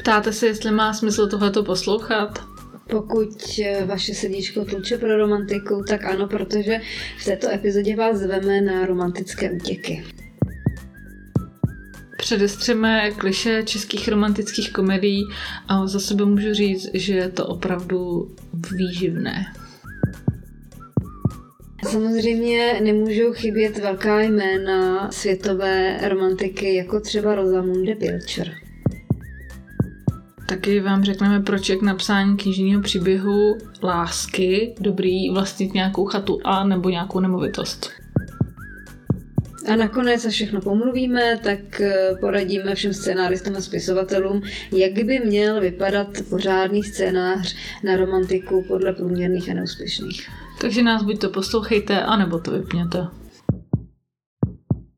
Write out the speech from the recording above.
Ptáte se, jestli má smysl tohleto poslouchat? Pokud vaše srdíčko tluče pro romantiku, tak ano, protože v této epizodě vás zveme na romantické útěky. Předestřeme klišé českých romantických komedií a za sebe můžu říct, že je to opravdu výživné. Samozřejmě nemůžou chybět velká jména světové romantiky, jako třeba Rosamunde Pilcher. Taky vám řekneme, proč je k napsání knižního příběhu lásky dobrý vlastnit nějakou chatu a nebo nějakou nemovitost. A nakonec, až všechno pomluvíme, tak poradíme všem scénáristům a spisovatelům, jak by měl vypadat pořádný scénář na romantiku podle průměrných a neúspěšných. Takže nás buď to poslouchejte, anebo to vypněte.